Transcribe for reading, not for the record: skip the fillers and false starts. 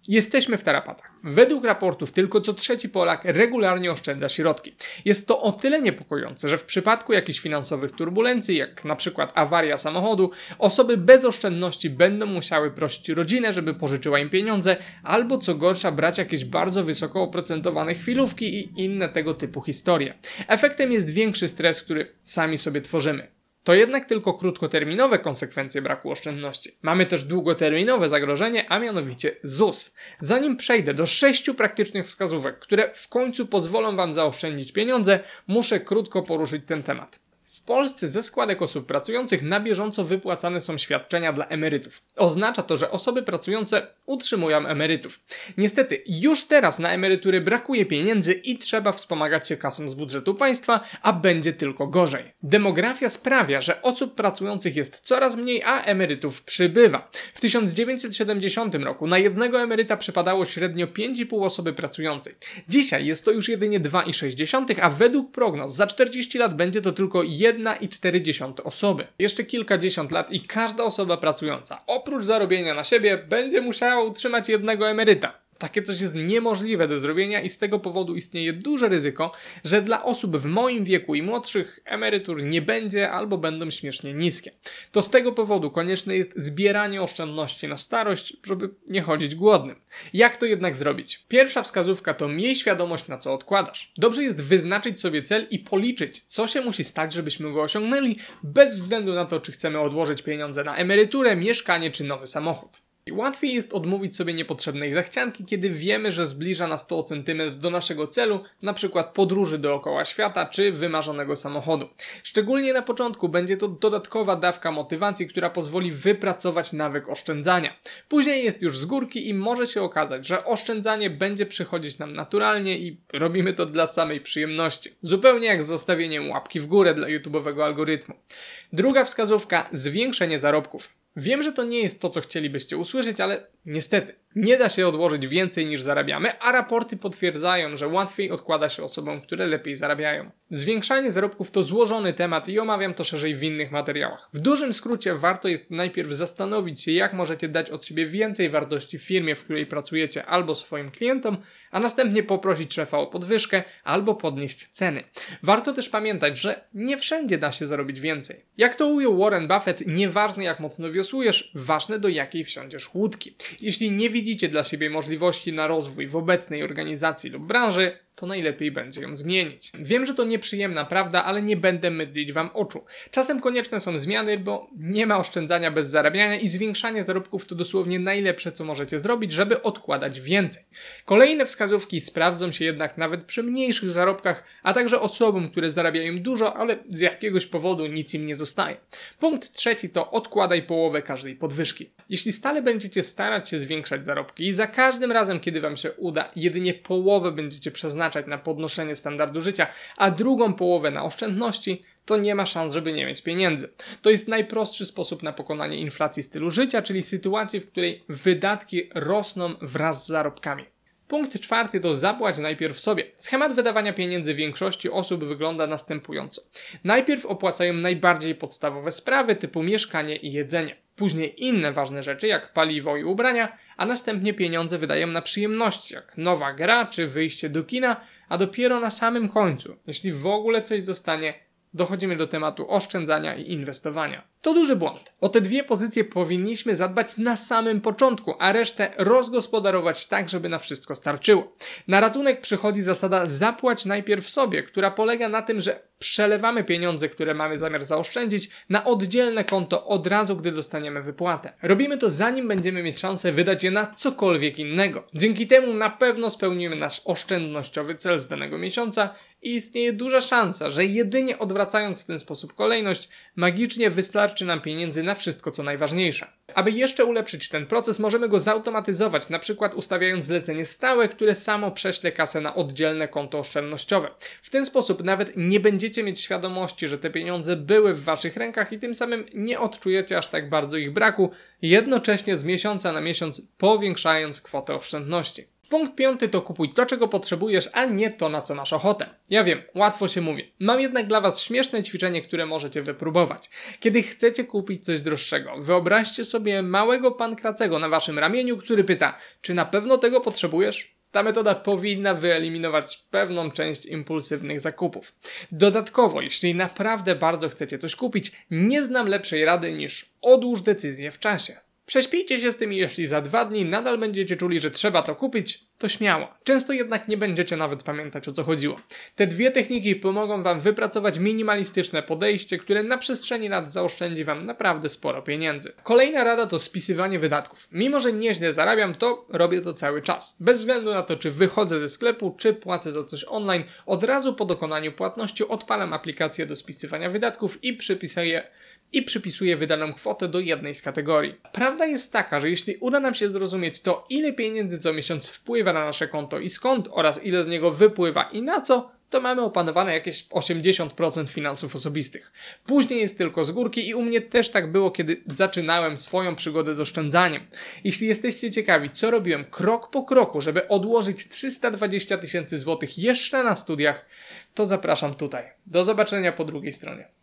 Jesteśmy w tarapatach. Według raportów tylko co trzeci Polak regularnie oszczędza środki. Jest to o tyle niepokojące, że w przypadku jakichś finansowych turbulencji, jak na przykład awaria samochodu, osoby bez oszczędności będą musiały prosić rodzinę, żeby pożyczyła im pieniądze, albo co gorsza brać jakieś bardzo wysoko oprocentowane chwilówki i inne tego typu historie. Efektem jest większy stres, który sami sobie tworzymy. To jednak tylko krótkoterminowe konsekwencje braku oszczędności. Mamy też długoterminowe zagrożenie, a mianowicie ZUS. Zanim przejdę do 6 praktycznych wskazówek, które w końcu pozwolą Wam zaoszczędzić pieniądze, muszę krótko poruszyć ten temat. W Polsce ze składek osób pracujących na bieżąco wypłacane są świadczenia dla emerytów. Oznacza to, że osoby pracujące utrzymują emerytów. Niestety, już teraz na emerytury brakuje pieniędzy i trzeba wspomagać się kasą z budżetu państwa, a będzie tylko gorzej. Demografia sprawia, że osób pracujących jest coraz mniej, a emerytów przybywa. W 1970 roku na jednego emeryta przypadało średnio 5,5 osoby pracującej. Dzisiaj jest to już jedynie 2,6, a według prognoz za 40 lat będzie to tylko 1,4 osoby. Jeszcze kilkadziesiąt lat i każda osoba pracująca, oprócz zarobienia na siebie, będzie musiała utrzymać jednego emeryta. Takie coś jest niemożliwe do zrobienia i z tego powodu istnieje duże ryzyko, że dla osób w moim wieku i młodszych emerytur nie będzie albo będą śmiesznie niskie. To z tego powodu konieczne jest zbieranie oszczędności na starość, żeby nie chodzić głodnym. Jak to jednak zrobić? Pierwsza wskazówka to miej świadomość, na co odkładasz. Dobrze jest wyznaczyć sobie cel i policzyć, co się musi stać, żebyśmy go osiągnęli, bez względu na to, czy chcemy odłożyć pieniądze na emeryturę, mieszkanie czy nowy samochód. Łatwiej jest odmówić sobie niepotrzebnej zachcianki, kiedy wiemy, że zbliża nas to o centymetr do naszego celu, np. podróży dookoła świata czy wymarzonego samochodu. Szczególnie na początku będzie to dodatkowa dawka motywacji, która pozwoli wypracować nawyk oszczędzania. Później jest już z górki i może się okazać, że oszczędzanie będzie przychodzić nam naturalnie i robimy to dla samej przyjemności. Zupełnie jak z zostawieniem łapki w górę dla YouTube'owego algorytmu. Druga wskazówka: zwiększenie zarobków. Wiem, że to nie jest to, co chcielibyście usłyszeć, ale niestety nie da się odłożyć więcej niż zarabiamy, a raporty potwierdzają, że łatwiej odkłada się osobom, które lepiej zarabiają. Zwiększanie zarobków to złożony temat i omawiam to szerzej w innych materiałach. W dużym skrócie warto jest najpierw zastanowić się, jak możecie dać od siebie więcej wartości w firmie, w której pracujecie, albo swoim klientom, a następnie poprosić szefa o podwyżkę albo podnieść ceny. Warto też pamiętać, że nie wszędzie da się zarobić więcej. Jak to ujął Warren Buffett, nieważne jak mocno wiosłujesz, ważne do jakiej wsiądziesz łódki. Jeśli nie widzicie dla siebie możliwości na rozwój w obecnej organizacji lub branży, to najlepiej będzie ją zmienić. Wiem, że to nieprzyjemna prawda, ale nie będę mydlić Wam oczu. Czasem konieczne są zmiany, bo nie ma oszczędzania bez zarabiania i zwiększanie zarobków to dosłownie najlepsze, co możecie zrobić, żeby odkładać więcej. Kolejne wskazówki sprawdzą się jednak nawet przy mniejszych zarobkach, a także osobom, które zarabiają dużo, ale z jakiegoś powodu nic im nie zostaje. Punkt trzeci to odkładaj połowę każdej podwyżki. Jeśli stale będziecie starać się zwiększać zarobki i za każdym razem, kiedy Wam się uda, jedynie połowę będziecie przeznaczać na podnoszenie standardu życia, a drugą połowę na oszczędności, to nie ma szans, żeby nie mieć pieniędzy. To jest najprostszy sposób na pokonanie inflacji stylu życia, czyli sytuacji, w której wydatki rosną wraz z zarobkami. Punkt czwarty to zapłać najpierw sobie. Schemat wydawania pieniędzy większości osób wygląda następująco. Najpierw opłacają najbardziej podstawowe sprawy typu mieszkanie i jedzenie. Później inne ważne rzeczy jak paliwo i ubrania, a następnie pieniądze wydają na przyjemności jak nowa gra czy wyjście do kina, a dopiero na samym końcu, jeśli w ogóle coś zostanie, dochodzimy do tematu oszczędzania i inwestowania. To duży błąd. O te dwie pozycje powinniśmy zadbać na samym początku, a resztę rozgospodarować tak, żeby na wszystko starczyło. Na ratunek przychodzi zasada zapłać najpierw sobie, która polega na tym, że przelewamy pieniądze, które mamy zamiar zaoszczędzić, na oddzielne konto od razu, gdy dostaniemy wypłatę. Robimy to zanim będziemy mieć szansę wydać je na cokolwiek innego. Dzięki temu na pewno spełnimy nasz oszczędnościowy cel z danego miesiąca i istnieje duża szansa, że jedynie odwracając w ten sposób kolejność, magicznie wystarczy nam pieniędzy na wszystko, co najważniejsze. Aby jeszcze ulepszyć ten proces, możemy go zautomatyzować, na przykład ustawiając zlecenie stałe, które samo prześle kasę na oddzielne konto oszczędnościowe. W ten sposób nawet nie będziecie mieć świadomości, że te pieniądze były w waszych rękach i tym samym nie odczujecie aż tak bardzo ich braku, jednocześnie z miesiąca na miesiąc powiększając kwotę oszczędności. Punkt 5 to kupuj to, czego potrzebujesz, a nie to, na co masz ochotę. Ja wiem, łatwo się mówi. Mam jednak dla Was śmieszne ćwiczenie, które możecie wypróbować. Kiedy chcecie kupić coś droższego, wyobraźcie sobie małego pankracego na Waszym ramieniu, który pyta, czy na pewno tego potrzebujesz? Ta metoda powinna wyeliminować pewną część impulsywnych zakupów. Dodatkowo, jeśli naprawdę bardzo chcecie coś kupić, nie znam lepszej rady niż odłóż decyzję w czasie. Prześpijcie się z tym i jeśli za 2 dni nadal będziecie czuli, że trzeba to kupić, to śmiało. Często jednak nie będziecie nawet pamiętać, o co chodziło. Te 2 techniki pomogą Wam wypracować minimalistyczne podejście, które na przestrzeni lat zaoszczędzi Wam naprawdę sporo pieniędzy. Kolejna rada to spisywanie wydatków. Mimo że nieźle zarabiam, to robię to cały czas. Bez względu na to, czy wychodzę ze sklepu, czy płacę za coś online, od razu po dokonaniu płatności odpalam aplikację do spisywania wydatków i przypisuję wydaną kwotę do jednej z kategorii. Prawda jest taka, że jeśli uda nam się zrozumieć to, ile pieniędzy co miesiąc wpływa na nasze konto i skąd oraz ile z niego wypływa i na co, to mamy opanowane jakieś 80% finansów osobistych. Później jest tylko z górki i u mnie też tak było, kiedy zaczynałem swoją przygodę z oszczędzaniem. Jeśli jesteście ciekawi, co robiłem krok po kroku, żeby odłożyć 320 000 złotych jeszcze na studiach, to zapraszam tutaj. Do zobaczenia po drugiej stronie.